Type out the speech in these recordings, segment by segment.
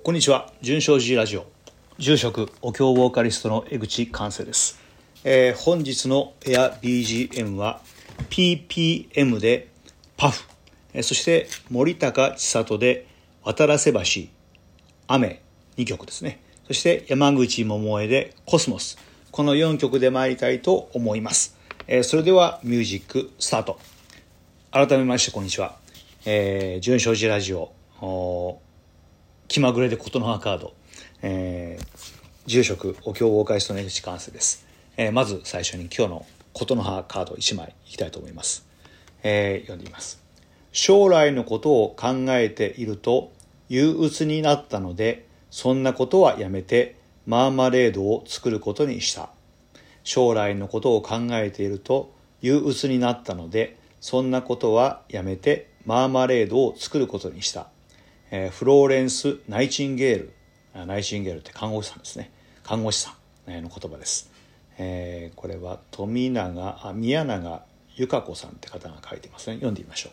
こんにちは。純正寺ラジオ住職お経ボーカリストの江口寛生です。本日のエア BGM は PPM でパフ、そして森高千里で渡らせ橋雨2曲ですね。そして山口百恵でコスモス、この4曲で参りたいと思います。それではミュージックスタート。改めましてこんにちは。純正寺ラジオ気まぐれで琴の葉カード、住職お経ボーカリストの江口寛生です。まず最初に今日の琴の葉カード1枚いきたいと思います。読んでみます。将来のことを考えていると憂鬱になったので、そんなことはやめてマーマレードを作ることにした。将来のことを考えていると憂鬱になったので、そんなことはやめてマーマレードを作ることにした。フローレンス・ナイチンゲール。ナイチンゲールって看護師さんですね。看護師さんの言葉です。これは宮永由香子さんって方が書いてますね。読んでみましょ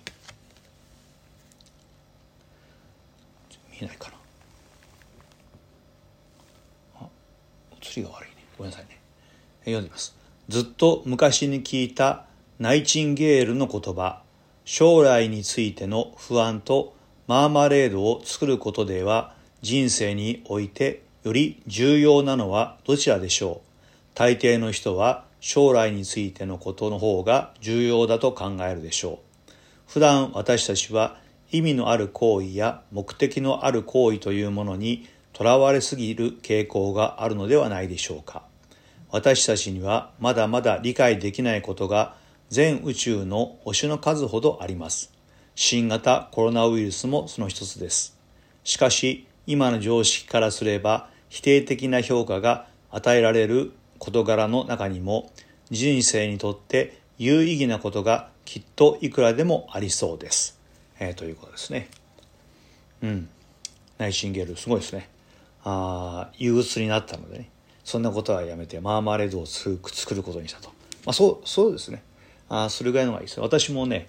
う。見えないかな。写りが悪いね。ごめんなさいね。読んでみます。ずっと昔に聞いたナイチンゲールの言葉、将来についての不安とマーマレードを作ることでは、人生においてより重要なのはどちらでしょう。大抵の人は将来についてのことの方が重要だと考えるでしょう。普段私たちは意味のある行為や目的のある行為というものにとらわれすぎる傾向があるのではないでしょうか。私たちにはまだまだ理解できないことが全宇宙の星の数ほどあります。新型コロナウイルスもその一つです。しかし、今の常識からすれば否定的な評価が与えられる事柄の中にも、人生にとって有意義なことがきっといくらでもありそうです。ということですね。ナイチンゲールすごいですね。憂鬱になったのでね、そんなことはやめてマーマレードを作ることにしたと。そうですね。それぐらいのがいいです。私もね、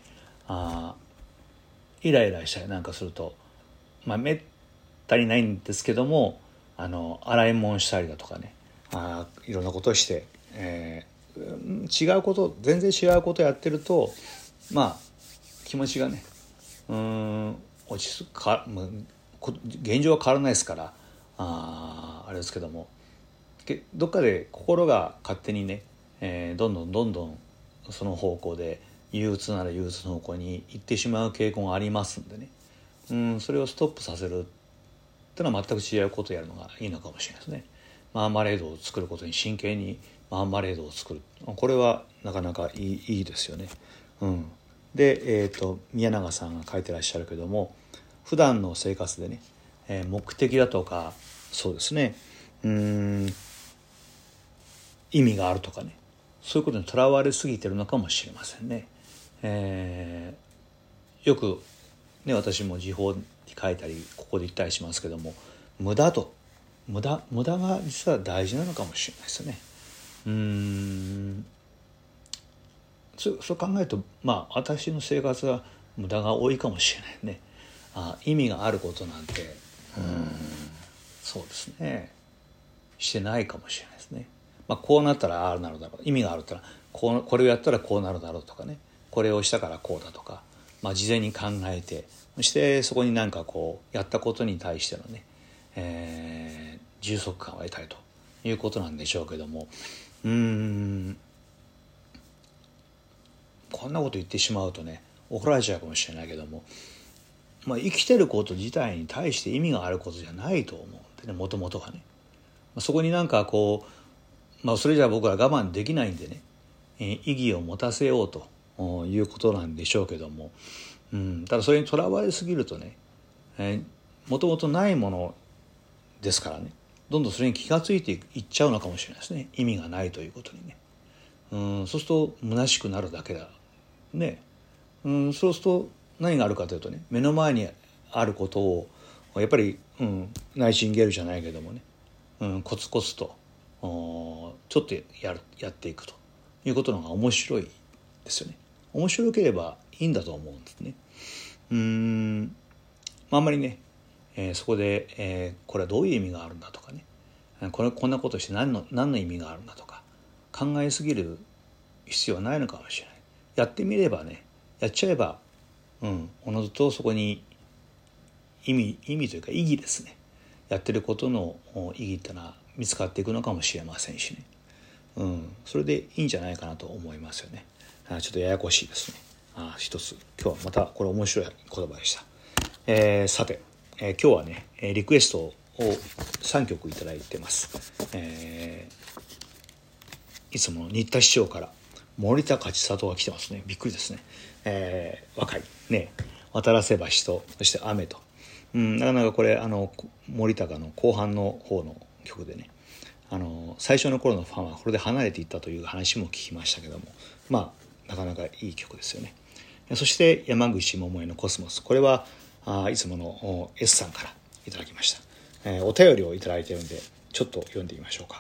イライラしたりなんかすると、めったにないんですけども、洗い物したりだとかね、いろんなことをして、全然違うことやってると、気持ちがね、落ち着くか、現状は変わらないですから、あれですけども、どっかで心が勝手にね、どんどんその方向で憂鬱なら憂鬱の方向に行ってしまう傾向がありますんでね、それをストップさせるってのは全く違うことをやるのがいいのかもしれないですね。マーマレードを作ることに真剣にマーマレードを作る、これはなかなかいいですよね。で、宮永さんが書いてらっしゃるけども、普段の生活でね、目的だとか、そうですね、意味があるとかね、そういうことにとらわれすぎてるのかもしれませんね。よくね、私も時報に書いたりここで言ったりしますけども、無駄が実は大事なのかもしれないですよね。そう考えると、私の生活は無駄が多いかもしれないね。意味があることなんてそうですね、してないかもしれないですね。こうなったらああなるだろう、意味があるったらこれをやったらこうなるだろうとかね、これをしたからこうだとか、事前に考えて、そしてそこになんかこうやったことに対してのね、充足感を得たいということなんでしょうけども、こんなこと言ってしまうとね、怒られちゃうかもしれないけども、生きてること自体に対して意味があることじゃないと思うんでね、もともとがね。そこになんかこう、それじゃ僕ら我慢できないんでね、意義を持たせようということなんでしょうけども、ただそれにとらわれすぎるとね、もともとないものですからね、どんどんそれに気がついていっちゃうのかもしれないですね。意味がないということにね。そうすると虚しくなるだけだね。そうすると何があるかというとね、目の前にあることをやっぱり、ナイチンゲールじゃないけどもね、コツコツとちょっとやっていくということの方が面白いですよね。面白ければいいんだと思うんですね。あんまりね、 そこで、これはどういう意味があるんだとかね、こんなことして何の意味があるんだとか考えすぎる必要はないのかもしれない。やってみればね、やっちゃえば、おのずとそこに意味というか意義ですね、やってることの意義ってのは見つかっていくのかもしれませんしね、それでいいんじゃないかなと思いますよね。ちょっとややこしいですね。一つ今日はまたこれ面白い言葉でした。さて、今日はねリクエストを3曲いただいてます。いつもの新田市長から森高千里が来てますね。びっくりですね。若いね、渡良瀬橋とそして雨と、なかなかこれ森高の後半の方の曲でね、最初の頃のファンはこれで離れていったという話も聞きましたけども、なかなかいい曲ですよね。そして山口百恵のコスモス、これはいつもの S さんからいただきました。お便りをいただいているのでちょっと読んでみましょうか。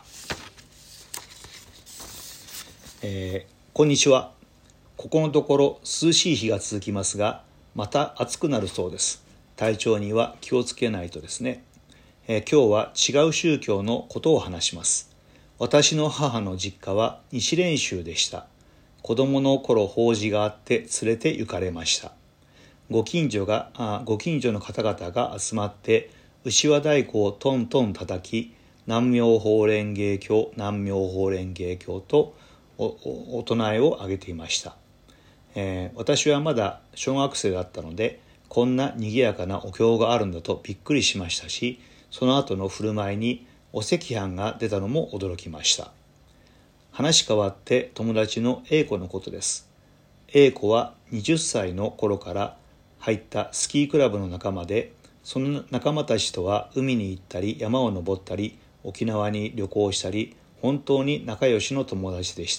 こんにちは。ここのところ涼しい日が続きますが、また暑くなるそうです。体調には気をつけないとですね。今日は違う宗教のことを話します。私の母の実家は日蓮宗でした。子供の頃法事があって連れて行かれました。ご近所の方々が集まって牛和太鼓をトントン叩き、南無法蓮華経、南無法蓮華経とお唱えをあげていました。私はまだ小学生だったので、こんな賑やかなお経があるんだとびっくりしましたし、その後の振る舞いにお赤飯が出たのも驚きました。話変わって友達の A 子のことです。A 子は20歳の頃から入ったスキークラブの仲間で、その仲間たちとは海に行ったり山を登ったり沖縄に旅行したり、本当に仲良しの友達でした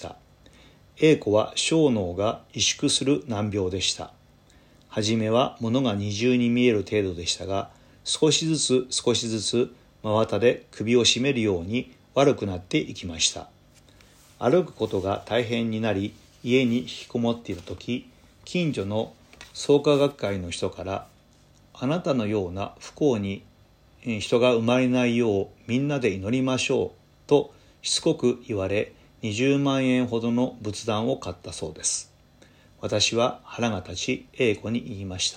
。A 子は小脳が萎縮する難病でした。はじめは物が二重に見える程度でしたが、少しずつ真綿で首を絞めるように悪くなっていきました。歩くことが大変になり、家に引きこもっていた時、近所の創価学会の人から、あなたのような不幸に人が生まれないようみんなで祈りましょうとしつこく言われ、20万円ほどの仏壇を買ったそうです。私は腹が立ち A 子に言いました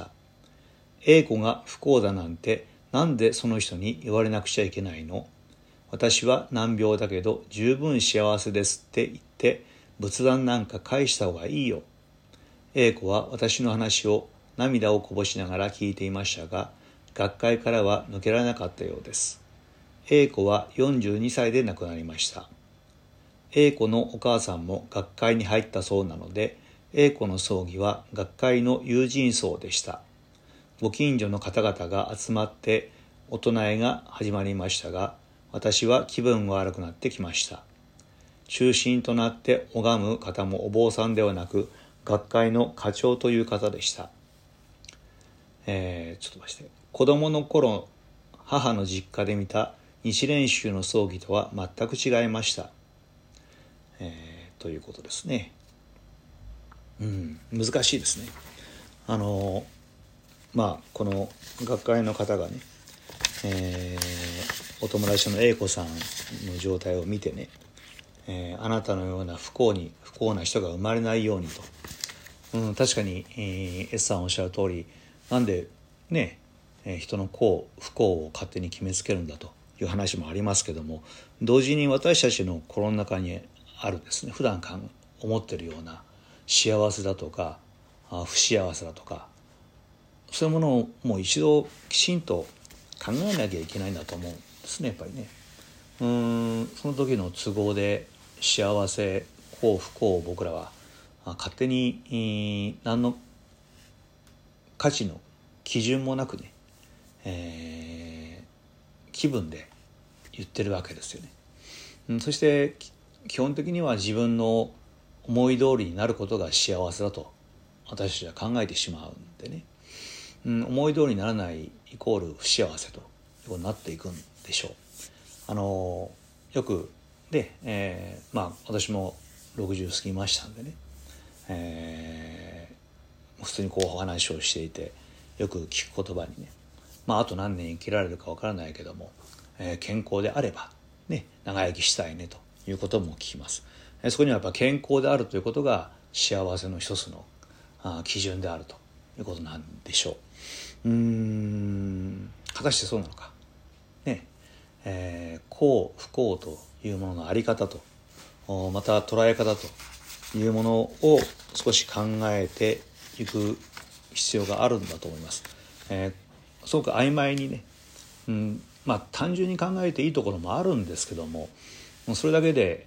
。A 子が不幸だなんてなんでその人に言われなくちゃいけないの？私は難病だけど十分幸せですって言って仏壇なんか返した方がいいよ。A 子は私の話を涙をこぼしながら聞いていましたが、学会からは抜けられなかったようです。A 子は42歳で亡くなりました。A 子のお母さんも学会に入ったそうなので、A 子の葬儀は学会の友人葬でした。ご近所の方々が集まってお唱えが始まりましたが、私は気分が悪くなってきました。中心となって拝む方もお坊さんではなく、学会の課長という方でした。ちょっと待って。子供の頃、母の実家で見た日蓮宗の葬儀とは全く違いました。ということですね。難しいですね。この学会の方がね、お友達の A 子さんの状態を見てね、あなたのような不幸な人が生まれないようにと、確かに、S さんおっしゃる通り、なんでね、人の不幸を勝手に決めつけるんだという話もありますけども、同時に私たちの心の中にあるですね、普段思ってるような幸せだとか不幸せだとか、そういうものをもう一度きちんと考えなきゃいけないんだと思うんですね。やっぱりね、その時の都合で幸せ不幸を僕らは勝手に何の価値の基準もなくね、気分で言ってるわけですよね。そして基本的には自分の思い通りになることが幸せだと私たちは考えてしまうんでね、思い通りにならないイコール不幸せということになっていくんでしょう。よくで、私も60過ぎましたんでね、普通にこうお話をしていてよく聞く言葉にね、 あと何年生きられるかわからないけども、健康であればね長生きしたいねということも聞きます。そこにはやっぱ健康であるということが幸せの一つの基準であるということなんでしょう。果たしてそうなのかね。幸不幸というもののあり方とまた捉え方というものを少し考えていく必要があるんだと思います。すごく曖昧にね、単純に考えていいところもあるんですけども、それだけで、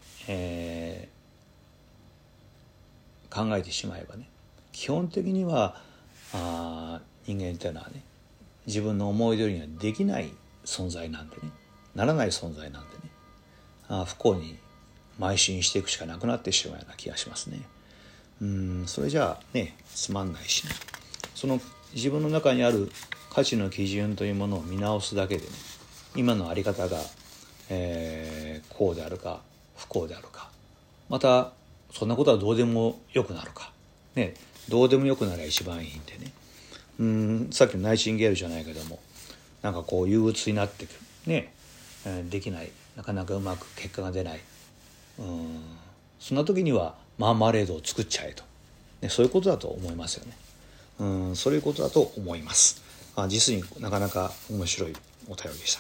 考えてしまえばね、基本的には人間というのはね自分の思い通りにはできない存在なんでね、ならない存在なんでね、不幸に邁進していくしかなくなってしまうような気がしますね。それじゃあねつまんないしね、その自分の中にある価値の基準というものを見直すだけでね、今の在り方が、幸であるか不幸であるか、またそんなことはどうでもよくなるかね、どうでもよくなれば一番いいんでね、さっきのナイチンゲールじゃないけども、なんかこう憂鬱になってくるね、できない、なかなかうまく結果が出ない、そんな時にはマーマレードを作っちゃえと、ね、そういうことだと思いますよね。そういうことだと思います。実になかなか面白いお便りでした。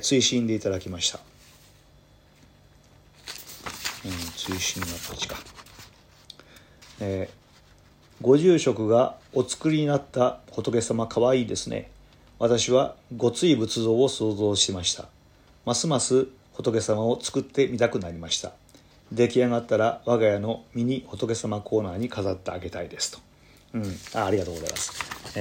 追伸でいただきました。追伸はこっちか。ご住職がお作りになった仏様かわいいですね。私はごつい仏像を想像しました。ますます仏様を作ってみたくなりました。出来上がったら我が家のミニ仏様コーナーに飾ってあげたいですと。ありがとうございます。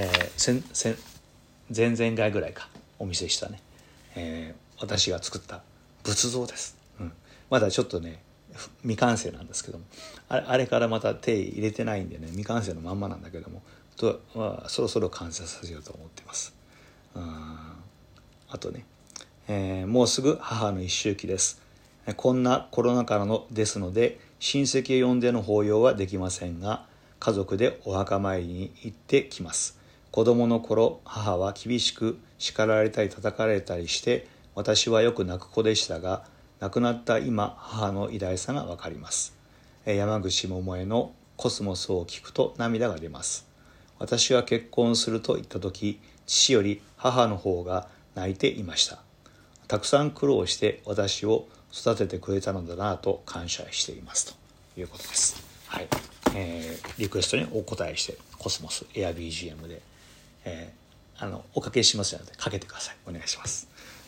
前々回ぐらいかお見せしたね、私が作った仏像です。まだちょっとね未完成なんですけども、あれからまた手入れてないんでね未完成のまんまなんだけどもそろそろ完成させようと思っています。あとね、もうすぐ母の一周忌です。こんなコロナ禍のですので親戚を呼んでの法要はできませんが、家族でお墓参りに行ってきます。子供の頃母は厳しく叱られたり叩かれたりして私はよく泣く子でしたが、亡くなった今母の偉大さが分かります。山口百恵のコスモスを聞くと涙が出ます。私は結婚すると言った時、父より母の方が泣いていました。たくさん苦労して私を育ててくれたのだなと感謝していますということです。はい、リクエストにお答えしてコスモスエア BGM で、おかけしますのでかけてください。お願いします。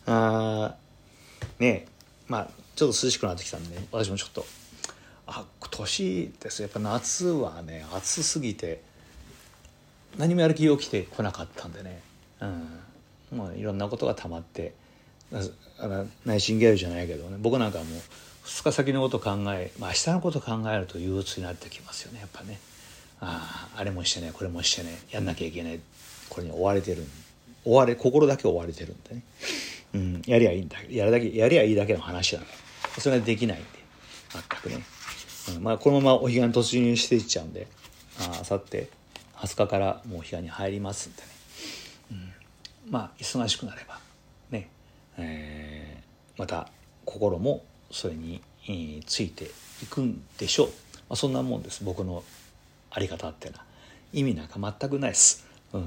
ちょっと涼しくなってきたんで、私もちょっと年ですやっぱ夏はね暑すぎて何もやる気起きてこなかったんでね、もういろんなことがたまってナイチンゲールじゃないけどね、僕なんかもう2日先のこと考え、明日のこと考えると憂鬱になってきますよね。やっぱね、あれもしてねこれもしてねやんなきゃいけない、これに追われてる、心だけ追われてるんでね、やりゃいいんだ、やりゃいいだけの話だ、それができないんで全くね、このままお彼岸突入していっちゃうんで、あさって20日からもうお彼岸に入りますんでね、忙しくなればね、また心もそれについていくんでしょう。そんなもんです。僕のあり方っていうのは意味なんか全くないです。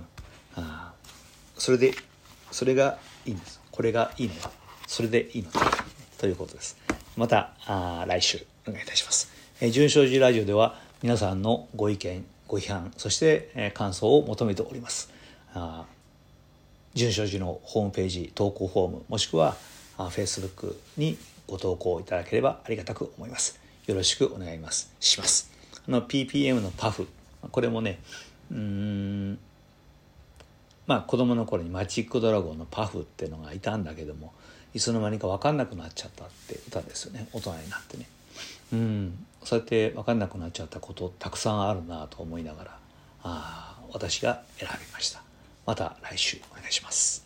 それがいいんです。これがいいのはそれでいいのだということです。また来週お願いいたします。純正寺ラジオでは皆さんのご意見ご批判そして、感想を求めております。純正寺のホームページ投稿フォームもしくはFacebook にご投稿いただければありがたく思います。よろしくお願いします。PPM のパフ、これもね子供の頃にマジックドラゴンのパフっていうのがいたんだけども、いつの間にか分かんなくなっちゃったって歌ですよね。大人になってね、そうやって分かんなくなっちゃったことたくさんあるなと思いながら私が選びました。また来週お願いします。